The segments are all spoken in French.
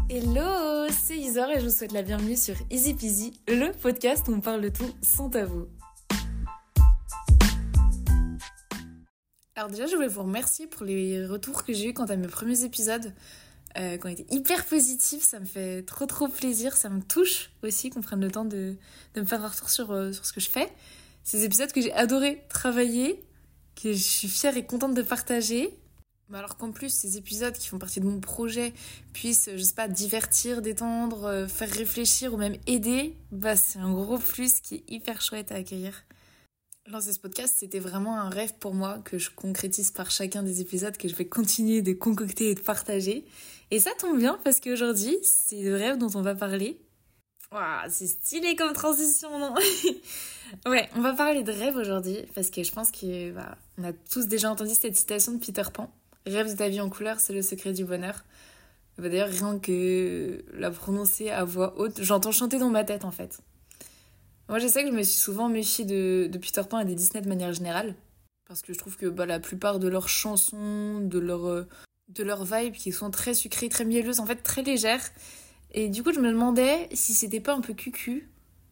Hello, c'est Isor et je vous souhaite la bienvenue sur Easy Peasy, le podcast où on parle de tout sans tabou. Alors déjà, je voulais vous remercier pour les retours que j'ai eus quant à mes premiers épisodes, qui ont été hyper positifs, ça me fait trop plaisir, ça me touche aussi qu'on prenne le temps de me faire un retour sur ce que je fais. Ces épisodes que j'ai adoré travailler, que je suis fière et contente de partager. Mais alors qu'en plus, ces épisodes qui font partie de mon projet puissent, je sais pas, divertir, détendre, faire réfléchir ou même aider, c'est un gros plus qui est hyper chouette à accueillir. Lancer ce podcast, c'était vraiment un rêve pour moi que je concrétise par chacun des épisodes que je vais continuer de concocter et de partager. Et ça tombe bien parce qu'aujourd'hui, c'est le rêve dont on va parler. Waouh, c'est stylé comme transition, non? Ouais, on va parler de rêve aujourd'hui parce que je pense que on a tous déjà entendu cette citation de Peter Pan. Rêve de ta vie en couleur, c'est le secret du bonheur. D'ailleurs, rien que la prononcer à voix haute, j'entends chanter dans ma tête en fait. Moi, je sais que je me suis souvent méfiée de Peter Pan et des Disney de manière générale. Parce que je trouve que la plupart de leurs chansons, de leur vibe, qui sont très sucrées, très mielleuses, en fait très légères. Et du coup, je me demandais si c'était pas un peu cucu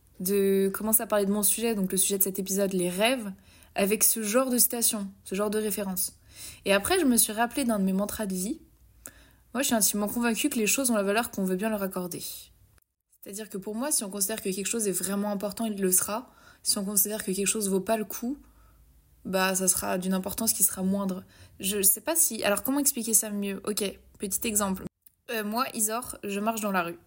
de commencer à parler de mon sujet, donc le sujet de cet épisode, les rêves, avec ce genre de citation, ce genre de référence. Et après, je me suis rappelé d'un de mes mantras de vie. Moi, je suis intimement convaincue que les choses ont la valeur qu'on veut bien leur accorder. C'est-à-dire que pour moi, si on considère que quelque chose est vraiment important, il le sera. Si on considère que quelque chose vaut pas le coup, ça sera d'une importance qui sera moindre. Je sais pas si... Alors, comment expliquer ça mieux? Ok, petit exemple. Moi, Isor, je marche dans la rue.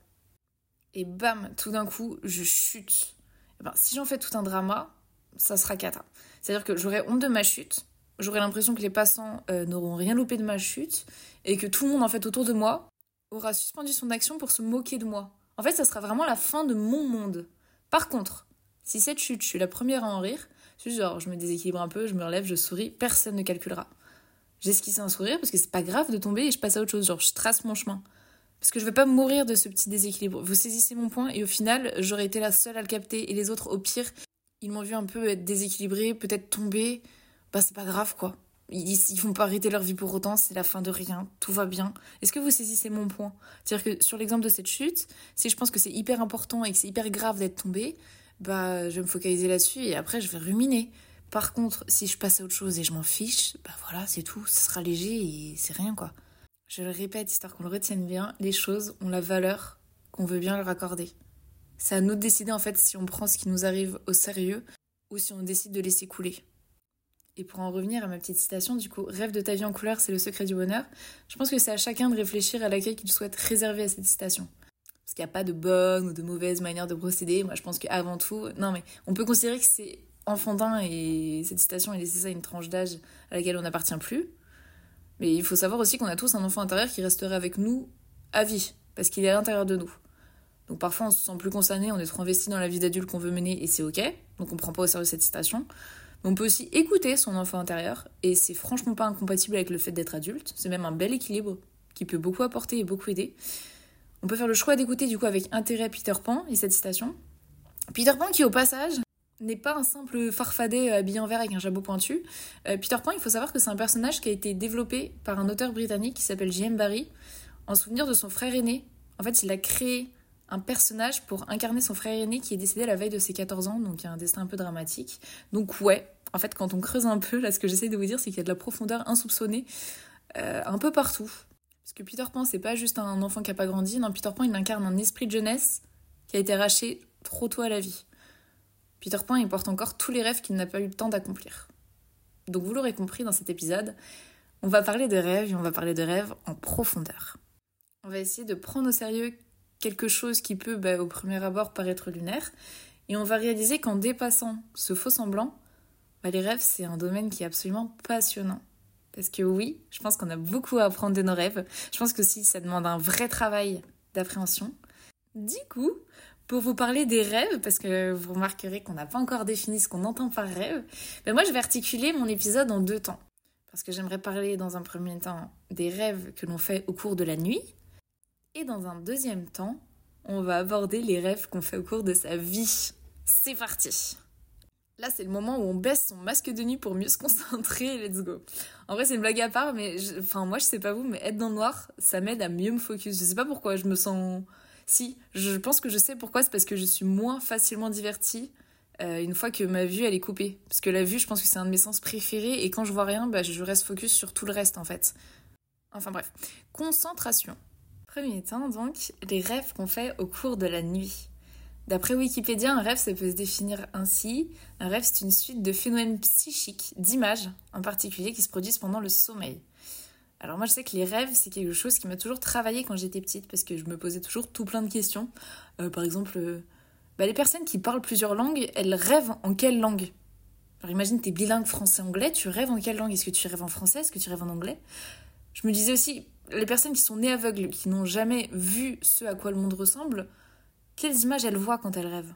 Et bam, tout d'un coup, je chute. Si j'en fais tout un drama, ça sera cata. C'est-à-dire que j'aurais honte de ma chute. J'aurais l'impression que les passants n'auront rien loupé de ma chute et que tout le monde en fait autour de moi aura suspendu son action pour se moquer de moi. En fait, ça sera vraiment la fin de mon monde. Par contre, si cette chute, je suis la première à en rire, c'est genre je me déséquilibre un peu, je me relève, je souris, personne ne calculera. J'esquisse un sourire parce que c'est pas grave de tomber et je passe à autre chose, genre je trace mon chemin. Parce que je vais pas mourir de ce petit déséquilibre. Vous saisissez mon point et au final, j'aurais été la seule à le capter et les autres, au pire, ils m'ont vu un peu être déséquilibrée, peut-être tomber. C'est pas grave quoi. Ils vont pas arrêter leur vie pour autant, c'est la fin de rien, tout va bien. Est-ce que vous saisissez mon point? C'est-à-dire que sur l'exemple de cette chute, si je pense que c'est hyper important et que c'est hyper grave d'être tombée, je vais me focaliser là-dessus et après je vais ruminer. Par contre, si je passe à autre chose et je m'en fiche, voilà, c'est tout, ça sera léger et c'est rien quoi. Je le répète, histoire qu'on le retienne bien, les choses ont la valeur qu'on veut bien leur accorder. C'est à nous de décider en fait si on prend ce qui nous arrive au sérieux ou si on décide de laisser couler. Et pour en revenir à ma petite citation, du coup, rêve de ta vie en couleur, c'est le secret du bonheur. Je pense que c'est à chacun de réfléchir à l'accueil qu'il souhaite réserver à cette citation. Parce qu'il n'y a pas de bonne ou de mauvaise manière de procéder. Moi, je pense qu'avant tout, on peut considérer que c'est enfantin et cette citation est laissée à une tranche d'âge à laquelle on n'appartient plus. Mais il faut savoir aussi qu'on a tous un enfant intérieur qui resterait avec nous à vie, parce qu'il est à l'intérieur de nous. Donc parfois, on se sent plus concerné, on est trop investi dans la vie d'adulte qu'on veut mener et c'est ok. Donc on prend pas au sérieux cette citation. Mais on peut aussi écouter son enfant intérieur, et c'est franchement pas incompatible avec le fait d'être adulte. C'est même un bel équilibre qui peut beaucoup apporter et beaucoup aider. On peut faire le choix d'écouter du coup avec intérêt Peter Pan et cette citation. Peter Pan qui au passage n'est pas un simple farfadet habillé en vert avec un jabot pointu. Peter Pan, il faut savoir que c'est un personnage qui a été développé par un auteur britannique qui s'appelle J.M. Barrie en souvenir de son frère aîné. En fait, il a créé un personnage pour incarner son frère aîné qui est décédé à la veille de ses 14 ans, donc il y a un destin un peu dramatique. Donc ouais, en fait, quand on creuse un peu, là, ce que j'essaie de vous dire, c'est qu'il y a de la profondeur insoupçonnée un peu partout. Parce que Peter Pan, c'est pas juste un enfant qui a pas grandi, non, Peter Pan, il incarne un esprit de jeunesse qui a été arraché trop tôt à la vie. Peter Pan, il porte encore tous les rêves qu'il n'a pas eu le temps d'accomplir. Donc vous l'aurez compris dans cet épisode, on va parler de rêves et on va parler de rêves en profondeur. On va essayer de prendre au sérieux quelque chose qui peut, au premier abord, paraître lunaire. Et on va réaliser qu'en dépassant ce faux semblant, les rêves, c'est un domaine qui est absolument passionnant. Parce que oui, je pense qu'on a beaucoup à apprendre de nos rêves. Je pense que aussi, ça demande un vrai travail d'appréhension. Du coup, pour vous parler des rêves, parce que vous remarquerez qu'on n'a pas encore défini ce qu'on entend par rêve, moi, je vais articuler mon épisode en 2 temps. Parce que j'aimerais parler dans un premier temps des rêves que l'on fait au cours de la nuit. Et dans un deuxième temps, on va aborder les rêves qu'on fait au cours de sa vie. C'est parti! Là, c'est le moment où on baisse son masque de nuit pour mieux se concentrer et let's go. En vrai, c'est une blague à part, mais moi, je sais pas vous, mais être dans le noir, ça m'aide à mieux me focus. Je sais pas pourquoi, je me sens... Si, je pense que je sais pourquoi, c'est parce que je suis moins facilement divertie une fois que ma vue, elle est coupée. Parce que la vue, je pense que c'est un de mes sens préférés, et quand je vois rien, bah, je reste focus sur tout le reste, en fait. Enfin bref, concentration. Premier temps, donc, les rêves qu'on fait au cours de la nuit. D'après Wikipédia, un rêve, ça peut se définir ainsi. Un rêve, c'est une suite de phénomènes psychiques, d'images en particulier, qui se produisent pendant le sommeil. Alors moi, je sais que les rêves, c'est quelque chose qui m'a toujours travaillé quand j'étais petite, parce que je me posais toujours tout plein de questions. Par exemple, les personnes qui parlent plusieurs langues, elles rêvent en quelle langue? Alors imagine, t'es bilingue français-anglais, tu rêves en quelle langue? Est-ce que tu rêves en français? Est-ce que tu rêves en anglais? Je me disais aussi, les personnes qui sont nées aveugles, qui n'ont jamais vu ce à quoi le monde ressemble, quelles images elles voient quand elles rêvent?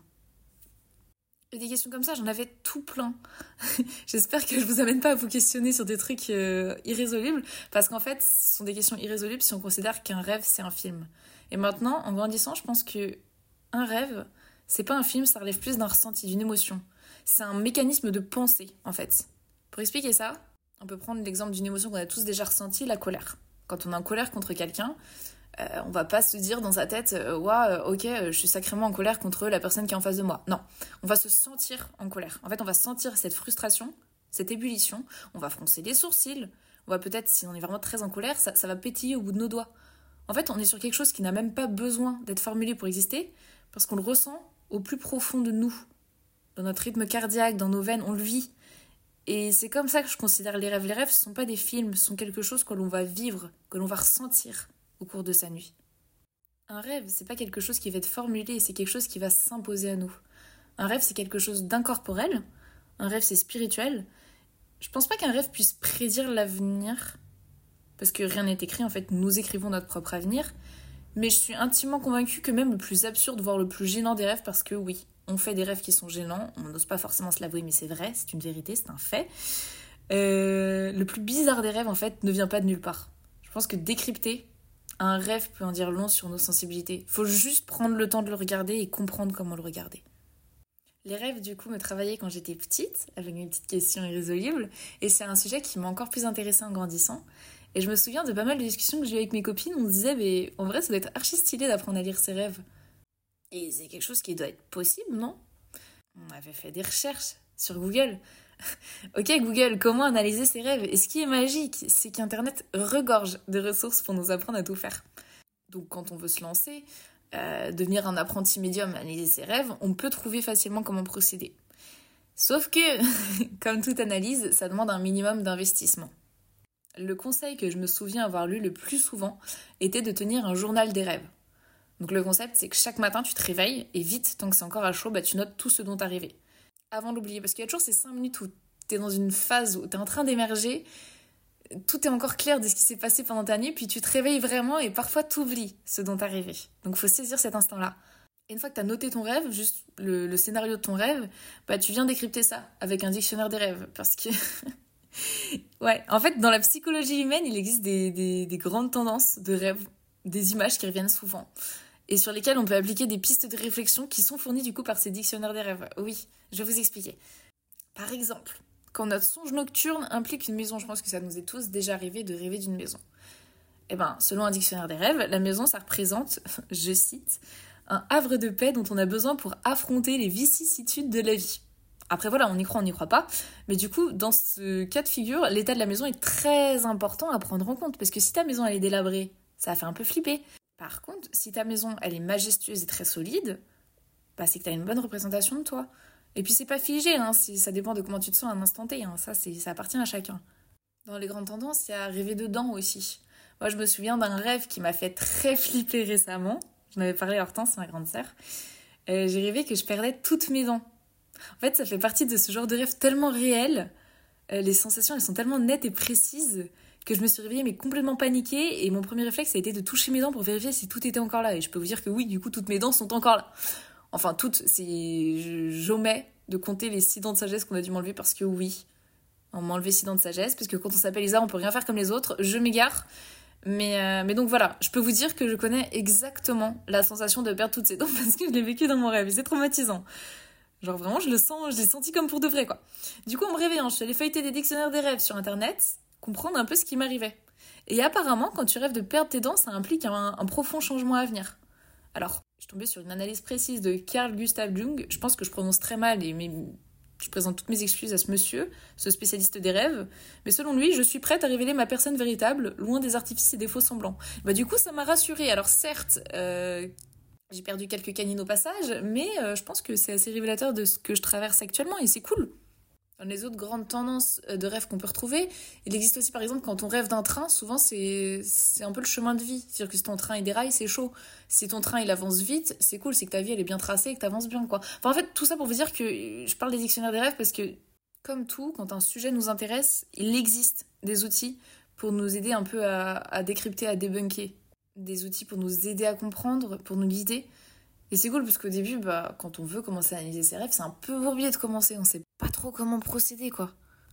Et des questions comme ça, j'en avais tout plein. J'espère que je vous amène pas à vous questionner sur des trucs irrésolubles, parce qu'en fait, ce sont des questions irrésolubles si on considère qu'un rêve, c'est un film. Et maintenant, en grandissant, je pense que un rêve, c'est pas un film, ça relève plus d'un ressenti, d'une émotion. C'est un mécanisme de pensée, en fait. Pour expliquer ça, on peut prendre l'exemple d'une émotion qu'on a tous déjà ressentie, la colère. Quand on est en colère contre quelqu'un, on va pas se dire dans sa tête ok, je suis sacrément en colère contre la personne qui est en face de moi. Non, on va se sentir en colère. En fait, on va sentir cette frustration, cette ébullition, on va froncer les sourcils, on va peut-être, si on est vraiment très en colère, ça va pétiller au bout de nos doigts. En fait, on est sur quelque chose qui n'a même pas besoin d'être formulé pour exister, parce qu'on le ressent au plus profond de nous, dans notre rythme cardiaque, dans nos veines, on le vit. Et c'est comme ça que je considère les rêves. Les rêves, ce ne sont pas des films, ce sont quelque chose que l'on va vivre, que l'on va ressentir au cours de sa nuit. Un rêve, c'est pas quelque chose qui va être formulé, c'est quelque chose qui va s'imposer à nous. Un rêve, c'est quelque chose d'incorporel. Un rêve, c'est spirituel. Je pense pas qu'un rêve puisse prédire l'avenir, parce que rien n'est écrit, en fait, nous écrivons notre propre avenir. Mais je suis intimement convaincue que même le plus absurde, voire le plus gênant des rêves, parce que oui, on fait des rêves qui sont gênants, on n'ose pas forcément se l'avouer, mais c'est vrai, c'est une vérité, c'est un fait. Le plus bizarre des rêves, en fait, ne vient pas de nulle part. Je pense que décrypter un rêve peut en dire long sur nos sensibilités. Il faut juste prendre le temps de le regarder et comprendre comment le regarder. Les rêves, du coup, me travaillaient quand j'étais petite, avec mes petites questions irrésolubles, et c'est un sujet qui m'a encore plus intéressée en grandissant. Et je me souviens de pas mal de discussions que j'ai eues avec mes copines, on se disait, mais en vrai, ça doit être archi stylé d'apprendre à lire ses rêves. Et c'est quelque chose qui doit être possible, non? On avait fait des recherches sur Google. Ok Google, comment analyser ses rêves? Et ce qui est magique, c'est qu'Internet regorge de ressources pour nous apprendre à tout faire. Donc quand on veut se lancer, devenir un apprenti médium, analyser ses rêves, on peut trouver facilement comment procéder. Sauf que, comme toute analyse, ça demande un minimum d'investissement. Le conseil que je me souviens avoir lu le plus souvent était de tenir un journal des rêves. Donc le concept, c'est que chaque matin, tu te réveilles et vite, tant que c'est encore à chaud, tu notes tout ce dont t'es arrivé. Avant de l'oublier, parce qu'il y a toujours ces 5 minutes où t'es dans une phase où t'es en train d'émerger, tout est encore clair de ce qui s'est passé pendant ta nuit, puis tu te réveilles vraiment et parfois t'oublies ce dont t'es arrivé. Donc il faut saisir cet instant-là. Et une fois que t'as noté ton rêve, juste le scénario de ton rêve, tu viens décrypter ça avec un dictionnaire des rêves. Parce que... ouais, en fait, dans la psychologie humaine, il existe des grandes tendances de rêves, des images qui reviennent souvent, et sur lesquelles on peut appliquer des pistes de réflexion qui sont fournies du coup par ces dictionnaires des rêves. Oui, je vais vous expliquer. Par exemple, quand notre songe nocturne implique une maison, je pense que ça nous est tous déjà arrivé de rêver d'une maison. Eh ben, selon un dictionnaire des rêves, la maison, ça représente, je cite, un havre de paix dont on a besoin pour affronter les vicissitudes de la vie. Après voilà, on y croit, on n'y croit pas, mais du coup, dans ce cas de figure, l'état de la maison est très important à prendre en compte, parce que si ta maison elle est délabrée, ça fait un peu flipper. Par contre, si ta maison elle est majestueuse et très solide, c'est que tu as une bonne représentation de toi. Et puis c'est pas figé, ça dépend de comment tu te sens à un instant T, ça appartient à chacun. Dans les grandes tendances, il y a rêver dedans aussi. Moi je me souviens d'un rêve qui m'a fait très flipper récemment, j'en avais parlé à Hortense, ma grande sœur. J'ai rêvé que je perdais toutes mes dents. En fait, ça fait partie de ce genre de rêve tellement réel, les sensations elles sont tellement nettes et précises que je me suis réveillée mais complètement paniquée et mon premier réflexe a été de toucher mes dents pour vérifier si tout était encore là. Et je peux vous dire que oui, du coup, toutes mes dents sont encore là. Enfin, toutes, j'omets de compter les 6 dents de sagesse qu'on a dû m'enlever parce que oui, on m'a enlevé 6 dents de sagesse parce que quand on s'appelle Isa, on peut rien faire comme les autres. Je m'égare. Mais donc voilà, je peux vous dire que je connais exactement la sensation de perdre toutes ces dents parce que je l'ai vécu dans mon rêve et c'est traumatisant. Genre vraiment, je l'ai senti comme pour de vrai, quoi. Du coup, en me réveillant, je suis allée feuilleter des dictionnaires des rêves sur Internet, comprendre un peu ce qui m'arrivait. Et apparemment, quand tu rêves de perdre tes dents, ça implique un profond changement à venir. Alors, je suis tombée sur une analyse précise de Carl Gustav Jung. Je pense que je prononce très mal, mais je présente toutes mes excuses à ce monsieur, ce spécialiste des rêves. Mais selon lui, je suis prête à révéler ma personne véritable, loin des artifices et des faux semblants. Bah du coup, ça m'a rassurée. Alors certes, j'ai perdu quelques canines au passage, mais je pense que c'est assez révélateur de ce que je traverse actuellement et c'est cool. Dans les autres grandes tendances de rêves qu'on peut retrouver, il existe aussi par exemple quand on rêve d'un train, souvent c'est un peu le chemin de vie. C'est-à-dire que si ton train il déraille, c'est chaud. Si ton train il avance vite, c'est cool, c'est que ta vie elle est bien tracée et que t'avances bien quoi. Enfin en fait tout ça pour vous dire que je parle des dictionnaires des rêves parce que comme tout, quand un sujet nous intéresse, il existe des outils pour nous aider un peu à décrypter, à débunker. Des outils pour nous aider à comprendre, pour nous guider. Et c'est cool parce qu'au début, bah, quand on veut commencer à analyser ses rêves, c'est un peu bourbier de commencer. On sait pas trop comment procéder, quoi.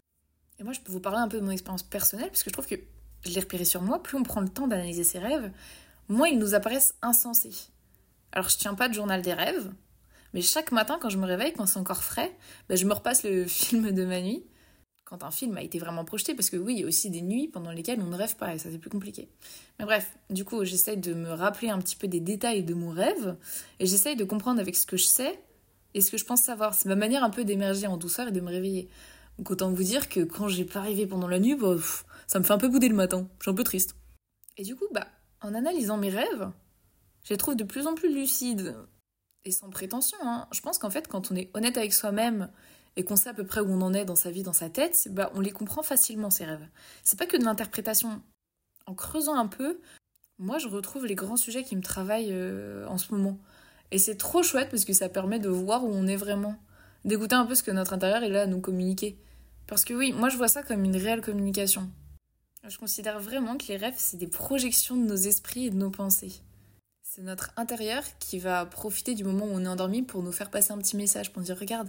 Et moi, je peux vous parler un peu de mon expérience personnelle parce que je trouve que je l'ai repéré sur moi. Plus on prend le temps d'analyser ses rêves, moins ils nous apparaissent insensés. Alors, je tiens pas de journal des rêves, mais chaque matin, quand je me réveille, quand c'est encore frais, bah, je me repasse le film de ma nuit. Quand un film a été vraiment projeté, parce que oui, il y a aussi des nuits pendant lesquelles on ne rêve pas, et ça c'est plus compliqué. Mais bref, du coup, j'essaye de me rappeler un petit peu des détails de mon rêve, et j'essaye de comprendre avec ce que je sais et ce que je pense savoir. C'est ma manière un peu d'émerger en douceur et de me réveiller. Donc autant vous dire que quand j'ai pas rêvé pendant la nuit, bah, ça me fait un peu bouder le matin, je suis un peu triste. Et du coup, bah, en analysant mes rêves, je les trouve de plus en plus lucides, et sans prétention, hein. Je pense qu'en fait, quand on est honnête avec soi-même et qu'on sait à peu près où on en est dans sa vie, dans sa tête, bah, on les comprend facilement, ces rêves. C'est pas que de l'interprétation. En creusant un peu, moi, je retrouve les grands sujets qui me travaillent en ce moment. Et c'est trop chouette parce que ça permet de voir où on est vraiment. D'écouter un peu ce que notre intérieur est là à nous communiquer. Parce que oui, moi, je vois ça comme une réelle communication. Je considère vraiment que les rêves, c'est des projections de nos esprits et de nos pensées. C'est notre intérieur qui va profiter du moment où on est endormi pour nous faire passer un petit message, pour nous dire regarde,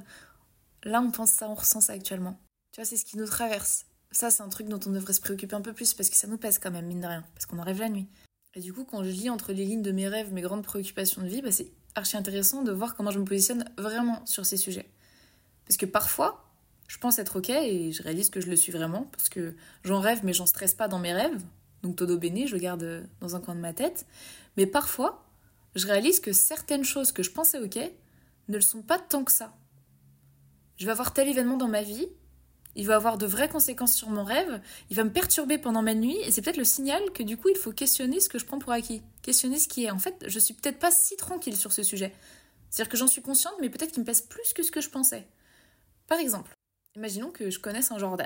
là on pense ça, on ressent ça actuellement. Tu vois, c'est ce qui nous traverse. Ça, c'est un truc dont on devrait se préoccuper un peu plus parce que ça nous pèse quand même, mine de rien, parce qu'on en rêve la nuit. Et du coup, quand je lis entre les lignes de mes rêves, mes grandes préoccupations de vie, bah, c'est archi intéressant de voir comment je me positionne vraiment sur ces sujets. Parce que parfois, je pense être ok et je réalise que je le suis vraiment parce que j'en rêve mais j'en stresse pas dans mes rêves. Donc todo bene, je le garde dans un coin de ma tête. Mais parfois, je réalise que certaines choses que je pensais ok ne le sont pas tant que ça. Je vais avoir tel événement dans ma vie, il va avoir de vraies conséquences sur mon rêve, il va me perturber pendant ma nuit et c'est peut-être le signal que du coup il faut questionner ce que je prends pour acquis. Questionner ce qui est. En fait, je suis peut-être pas si tranquille sur ce sujet. C'est-à-dire que j'en suis consciente mais peut-être qu'il me pèse plus que ce que je pensais. Par exemple, imaginons que je connaisse un Jordan.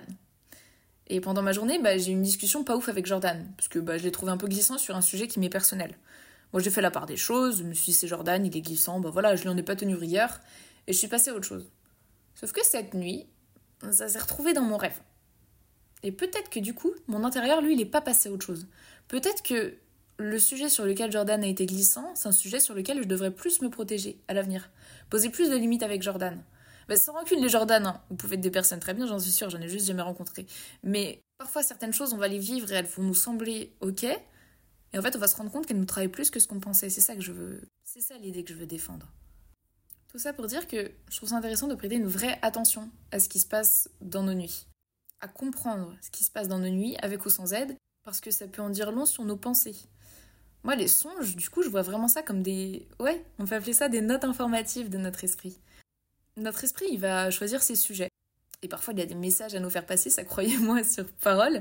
Et pendant ma journée, bah, j'ai eu une discussion pas ouf avec Jordan, parce que bah, je l'ai trouvé un peu glissant sur un sujet qui m'est personnel. Moi, j'ai fait la part des choses, je me suis dit c'est Jordan, il est glissant, bah voilà, je lui en ai pas tenu rigueur, et je suis passée à autre chose. Sauf que cette nuit, ça s'est retrouvé dans mon rêve. Et peut-être que du coup, mon intérieur, lui, il est pas passé à autre chose. Peut-être que le sujet sur lequel Jordan a été glissant, c'est un sujet sur lequel je devrais plus me protéger à l'avenir. Poser plus de limites avec Jordan. Bah, sans rancune, les Jordan, hein. Vous pouvez être des personnes très bien, j'en suis sûre, j'en ai juste jamais rencontré. Mais parfois, certaines choses, on va les vivre et elles vont nous sembler ok. Et en fait, on va se rendre compte qu'elles nous travaillent plus que ce qu'on pensait. C'est ça que je veux. C'est ça l'idée que je veux défendre. Tout ça pour dire que je trouve ça intéressant de prêter une vraie attention à ce qui se passe dans nos nuits. À comprendre ce qui se passe dans nos nuits, avec ou sans aide, parce que ça peut en dire long sur nos pensées. Moi, les songes, du coup, je vois vraiment ça comme des... Ouais, on peut appeler ça des notes informatives de notre esprit. Notre esprit, il va choisir ses sujets. Et parfois, il y a des messages à nous faire passer, ça croyez-moi sur parole.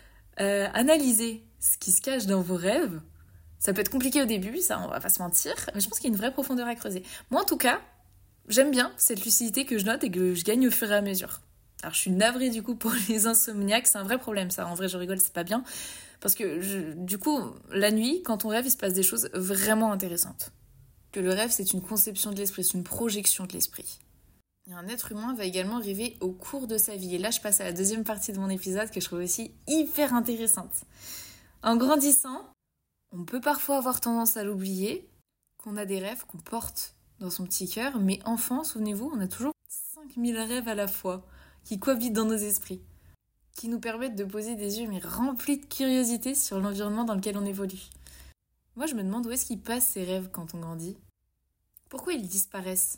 Analyser ce qui se cache dans vos rêves, ça peut être compliqué au début, ça, on va pas se mentir, mais je pense qu'il y a une vraie profondeur à creuser. Moi, en tout cas, j'aime bien cette lucidité que je note et que je gagne au fur et à mesure. Alors, je suis navrée du coup pour les insomniaques, c'est un vrai problème ça. En vrai, je rigole, c'est pas bien. Parce que du coup, la nuit, quand on rêve, il se passe des choses vraiment intéressantes. Que le rêve, c'est une conception de l'esprit, c'est une projection de l'esprit. Et un être humain va également rêver au cours de sa vie. Et là, je passe à la deuxième partie de mon épisode que je trouve aussi hyper intéressante. En grandissant, on peut parfois avoir tendance à l'oublier, qu'on a des rêves qu'on porte dans son petit cœur, mais enfant, souvenez-vous, on a toujours 5000 rêves à la fois qui cohabitent dans nos esprits, qui nous permettent de poser des yeux mais remplis de curiosité sur l'environnement dans lequel on évolue. Moi, je me demande où est-ce qu'ils passent ces rêves quand on grandit. Pourquoi ils disparaissent?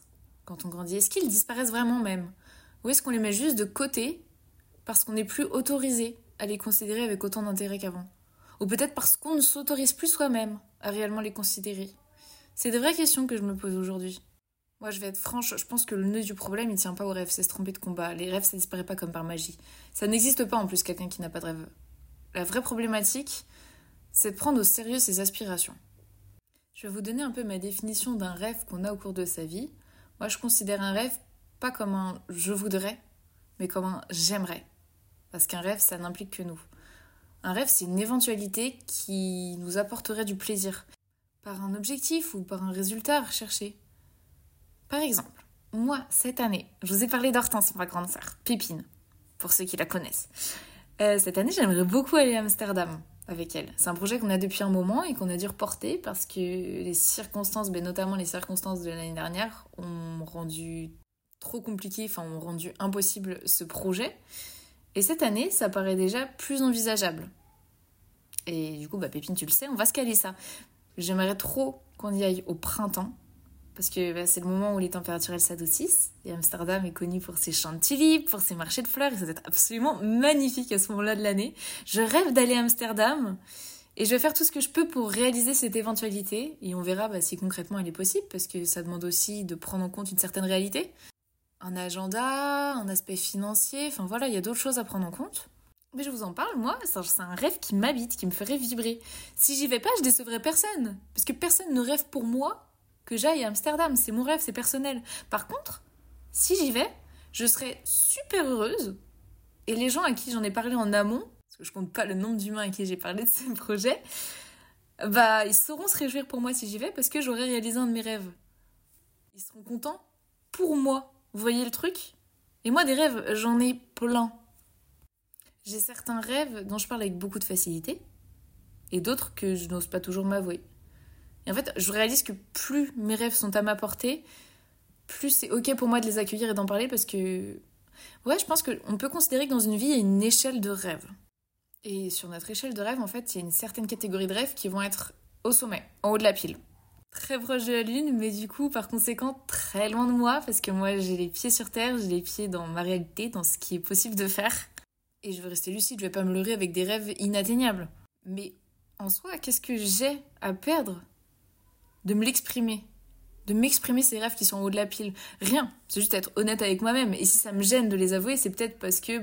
quand on grandit? Est-ce qu'ils disparaissent vraiment même? Ou est-ce qu'on les met juste de côté parce qu'on n'est plus autorisé à les considérer avec autant d'intérêt qu'avant? Ou peut-être parce qu'on ne s'autorise plus soi-même à réellement les considérer? C'est des vraies questions que je me pose aujourd'hui. Moi, je vais être franche, je pense que le nœud du problème, il tient pas aux rêves, c'est se tromper de combat. Les rêves, ça disparaît pas comme par magie. Ça n'existe pas en plus, quelqu'un qui n'a pas de rêve. La vraie problématique, c'est de prendre au sérieux ses aspirations. Je vais vous donner un peu ma définition d'un rêve qu'on a au cours de sa vie. Moi, je considère un rêve pas comme un je voudrais, mais comme un j'aimerais. Parce qu'un rêve, ça n'implique que nous. Un rêve, c'est une éventualité qui nous apporterait du plaisir, par un objectif ou par un résultat à rechercher. Par exemple, moi, cette année, je vous ai parlé d'Hortense, ma grande sœur, Pépine, pour ceux qui la connaissent. Cette année, j'aimerais beaucoup aller à Amsterdam avec elle. C'est un projet qu'on a depuis un moment et qu'on a dû reporter parce que les circonstances, notamment les circonstances de l'année dernière, ont rendu trop compliqué, ont rendu impossible ce projet. Et cette année, ça paraît déjà plus envisageable. Et du coup, Pépine, tu le sais, on va se caler ça. J'aimerais trop qu'on y aille au printemps, parce que c'est le moment où les températures elles s'adoucissent. Et Amsterdam est connu pour ses champs de tulipes, pour ses marchés de fleurs, et ça doit être absolument magnifique à ce moment-là de l'année. Je rêve d'aller à Amsterdam, et je vais faire tout ce que je peux pour réaliser cette éventualité, et on verra si concrètement elle est possible, parce que ça demande aussi de prendre en compte une certaine réalité. Un agenda, un aspect financier, il y a d'autres choses à prendre en compte. Mais je vous en parle, moi, c'est un rêve qui m'habite, qui me ferait vibrer. Si j'y vais pas, je décevrai personne. Parce que personne ne rêve pour moi que j'aille à Amsterdam. C'est mon rêve, c'est personnel. Par contre, si j'y vais, je serai super heureuse. Et les gens à qui j'en ai parlé en amont, parce que je compte pas le nombre d'humains à qui j'ai parlé de ce projet, ils sauront se réjouir pour moi si j'y vais parce que j'aurai réalisé un de mes rêves. Ils seront contents pour moi. Vous voyez le truc? Et moi, des rêves, j'en ai plein. J'ai certains rêves dont je parle avec beaucoup de facilité et d'autres que je n'ose pas toujours m'avouer. Et en fait, je réalise que plus mes rêves sont à ma portée, plus c'est ok pour moi de les accueillir et d'en parler parce que... Ouais, je pense qu'on peut considérer que dans une vie, il y a une échelle de rêves. Et sur notre échelle de rêves, en fait, il y a une certaine catégorie de rêves qui vont être au sommet, en haut de la pile. Très proche de la lune, mais du coup, par conséquent, très loin de moi, parce que moi, j'ai les pieds sur terre, j'ai les pieds dans ma réalité, dans ce qui est possible de faire. Et je veux rester lucide, je vais pas me leurrer avec des rêves inatteignables. Mais en soi, qu'est-ce que j'ai à perdre de me l'exprimer? De m'exprimer ces rêves qui sont en haut de la pile? Rien, c'est juste être honnête avec moi-même. Et si ça me gêne de les avouer, c'est peut-être parce que,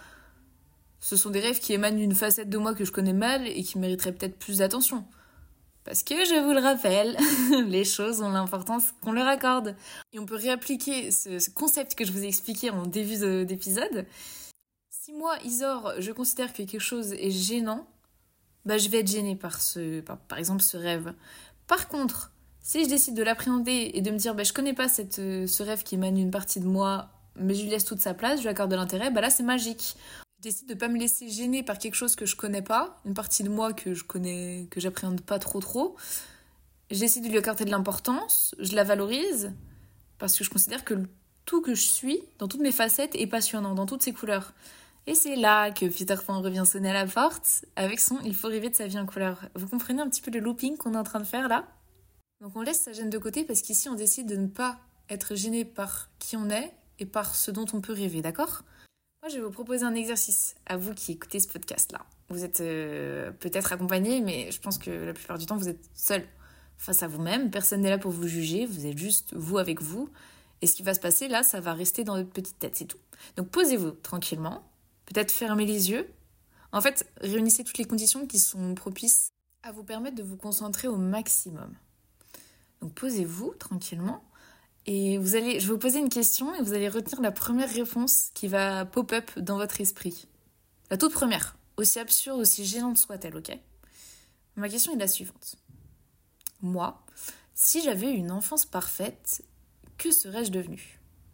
ce sont des rêves qui émanent d'une facette de moi que je connais mal et qui mériteraient peut-être plus d'attention. Parce que, je vous le rappelle, les choses ont l'importance qu'on leur accorde. Et on peut réappliquer ce concept que je vous ai expliqué en début d'épisode. Si moi, Isor, je considère que quelque chose est gênant, je vais être gênée par exemple ce rêve. Par contre, si je décide de l'appréhender et de me dire je connais pas ce rêve qui émane d'une partie de moi, mais je lui laisse toute sa place, je lui accorde de l'intérêt, là c'est magique. Je décide de pas me laisser gêner par quelque chose que je connais pas, une partie de moi que je connais, que j'appréhende pas trop. Je décide de lui accorder de l'importance, je la valorise, parce que je considère que tout que je suis, dans toutes mes facettes, est passionnant, dans toutes ses couleurs. Et c'est là que Peter Pan revient sonner à la porte avec son « Il faut rêver de sa vie en couleur ». Vous comprenez un petit peu le looping qu'on est en train de faire là? Donc on laisse sa gêne de côté parce qu'ici on décide de ne pas être gêné par qui on est et par ce dont on peut rêver, d'accord? Moi je vais vous proposer un exercice à vous qui écoutez ce podcast-là. Vous êtes peut-être accompagné, mais je pense que la plupart du temps vous êtes seul face à vous-même. Personne n'est là pour vous juger, vous êtes juste vous avec vous. Et ce qui va se passer là, ça va rester dans votre petite tête, c'est tout. Donc posez-vous tranquillement. Peut-être fermer les yeux. En fait, réunissez toutes les conditions qui sont propices à vous permettre de vous concentrer au maximum. Donc posez-vous tranquillement et je vais vous poser une question et vous allez retenir la première réponse qui va pop-up dans votre esprit. La toute première, aussi absurde, aussi gênante soit-elle, ok? Ma question est la suivante. Moi, si j'avais eu une enfance parfaite, que serais-je devenue?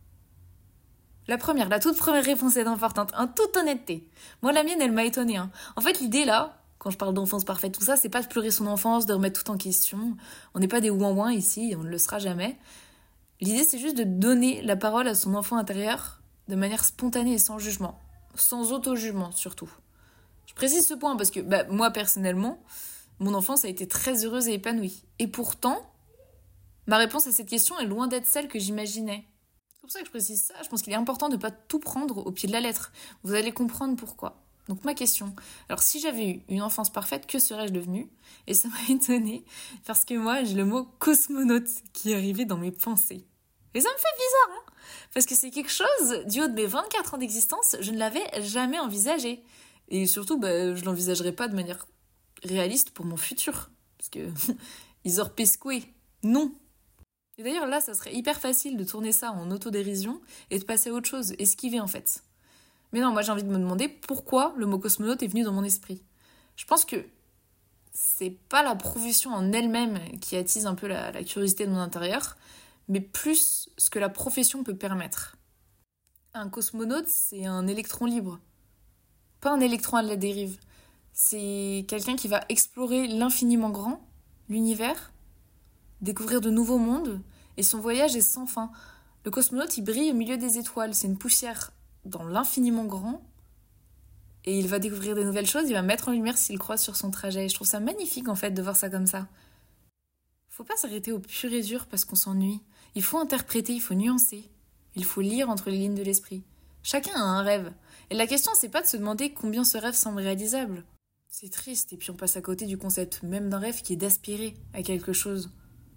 La toute première réponse est importante, en toute honnêteté. Moi, la mienne, elle m'a étonnée. En fait, l'idée là, quand je parle d'enfance parfaite, tout ça, c'est pas de pleurer son enfance, de remettre tout en question. On n'est pas des ouin-ouin ici, on ne le sera jamais. L'idée, c'est juste de donner la parole à son enfant intérieur de manière spontanée et sans jugement. Sans auto-jugement, surtout. Je précise ce point parce que, moi, personnellement, mon enfance a été très heureuse et épanouie. Et pourtant, ma réponse à cette question est loin d'être celle que j'imaginais. pour ça que je précise ça. Je pense qu'il est important de ne pas tout prendre au pied de la lettre. Vous allez comprendre pourquoi. Donc ma question, alors si j'avais eu une enfance parfaite, que serais-je devenue? Et ça m'a étonnée, parce que moi j'ai le mot cosmonaute qui est arrivé dans mes pensées. Et ça me fait bizarre, hein, parce que c'est quelque chose, du haut de mes 24 ans d'existence, je ne l'avais jamais envisagé. Et surtout, je ne l'envisagerais pas de manière réaliste pour mon futur. Parce que, isor pesque, non. Et d'ailleurs là, ça serait hyper facile de tourner ça en autodérision et de passer à autre chose, esquiver en fait. Mais non, moi j'ai envie de me demander pourquoi le mot cosmonaute est venu dans mon esprit. Je pense que c'est pas la profession en elle-même qui attise un peu la curiosité de mon intérieur, mais plus ce que la profession peut permettre. Un cosmonaute, c'est un électron libre, pas un électron à la dérive. C'est quelqu'un qui va explorer l'infiniment grand, l'univers, découvrir de nouveaux mondes, et son voyage est sans fin. Le cosmonaute, il brille au milieu des étoiles, c'est une poussière dans l'infiniment grand, et il va découvrir des nouvelles choses, il va mettre en lumière s'il croise sur son trajet. Je trouve ça magnifique en fait de voir ça comme ça. Faut pas s'arrêter au pur et dur parce qu'on s'ennuie. Il faut interpréter, il faut nuancer. Il faut lire entre les lignes de l'esprit. Chacun a un rêve. Et la question, c'est pas de se demander combien ce rêve semble réalisable. C'est triste, et puis on passe à côté du concept même d'un rêve qui est d'aspirer à quelque chose.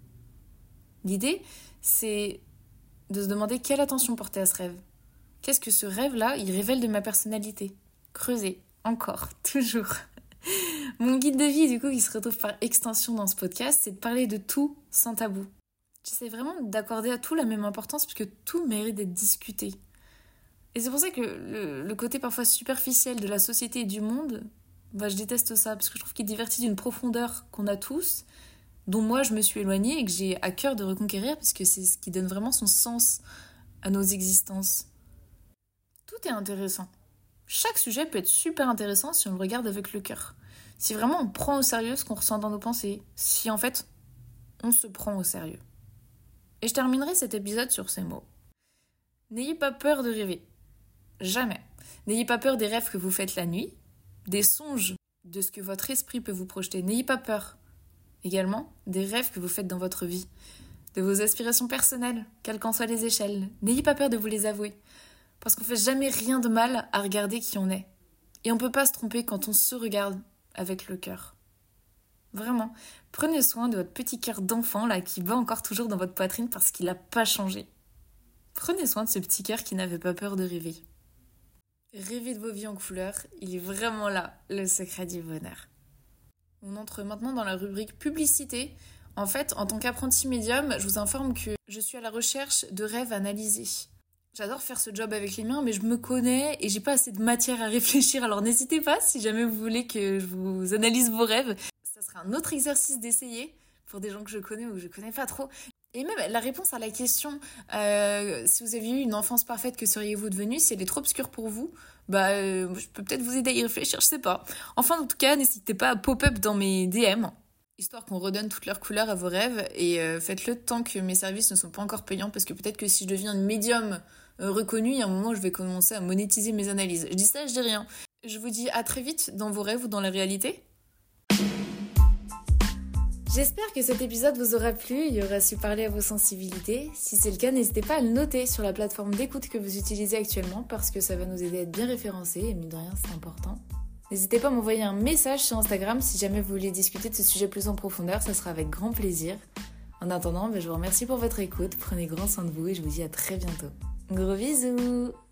L'idée, c'est de se demander quelle attention porter à ce rêve. Qu'est-ce que ce rêve-là, il révèle de ma personnalité? Creuser, encore, toujours. Mon guide de vie, du coup, qui se retrouve par extension dans ce podcast, c'est de parler de tout sans tabou. J'essaie vraiment d'accorder à tout la même importance parce que tout mérite d'être discuté. Et c'est pour ça que le côté parfois superficiel de la société et du monde, je déteste ça parce que je trouve qu'il divertit d'une profondeur qu'on a tous, dont moi je me suis éloignée et que j'ai à cœur de reconquérir parce que c'est ce qui donne vraiment son sens à nos existences. Tout est intéressant. Chaque sujet peut être super intéressant si on le regarde avec le cœur. Si vraiment on prend au sérieux ce qu'on ressent dans nos pensées. Si en fait, on se prend au sérieux. Et je terminerai cet épisode sur ces mots. N'ayez pas peur de rêver. Jamais. N'ayez pas peur des rêves que vous faites la nuit, des songes, de ce que votre esprit peut vous projeter. N'ayez pas peur. Également, des rêves que vous faites dans votre vie, de vos aspirations personnelles, quelles qu'en soient les échelles. N'ayez pas peur de vous les avouer. Parce qu'on fait jamais rien de mal à regarder qui on est. Et on peut pas se tromper quand on se regarde avec le cœur. Vraiment, prenez soin de votre petit cœur d'enfant là qui bat encore toujours dans votre poitrine parce qu'il n'a pas changé. Prenez soin de ce petit cœur qui n'avait pas peur de rêver. Rêvez de vos vies en couleur, il est vraiment là le secret du bonheur. On entre maintenant dans la rubrique publicité. En fait, en tant qu'apprenti médium, je vous informe que je suis à la recherche de rêves analysés. J'adore faire ce job avec les miens, mais je me connais et j'ai pas assez de matière à réfléchir. Alors n'hésitez pas, si jamais vous voulez que je vous analyse vos rêves. Ça sera un autre exercice d'essayer pour des gens que je connais ou que je connais pas trop. Et même la réponse à la question, si vous aviez eu une enfance parfaite, que seriez-vous devenu? Si elle est trop obscure pour vous, je peux peut-être vous aider à y réfléchir, je sais pas. Enfin, en tout cas, n'hésitez pas à pop-up dans mes DM, histoire qu'on redonne toute leur couleur à vos rêves. Et faites-le tant que mes services ne sont pas encore payants, parce que peut-être que si je deviens une médium reconnue, il y a un moment où je vais commencer à monétiser mes analyses. Je dis ça, je dis rien. Je vous dis à très vite dans vos rêves ou dans la réalité. J'espère que cet épisode vous aura plu, il aura su parler à vos sensibilités. Si c'est le cas, n'hésitez pas à le noter sur la plateforme d'écoute que vous utilisez actuellement parce que ça va nous aider à être bien référencés et mine de rien, c'est important. N'hésitez pas à m'envoyer un message sur Instagram si jamais vous voulez discuter de ce sujet plus en profondeur, ça sera avec grand plaisir. En attendant, je vous remercie pour votre écoute, prenez grand soin de vous et je vous dis à très bientôt. Gros bisous!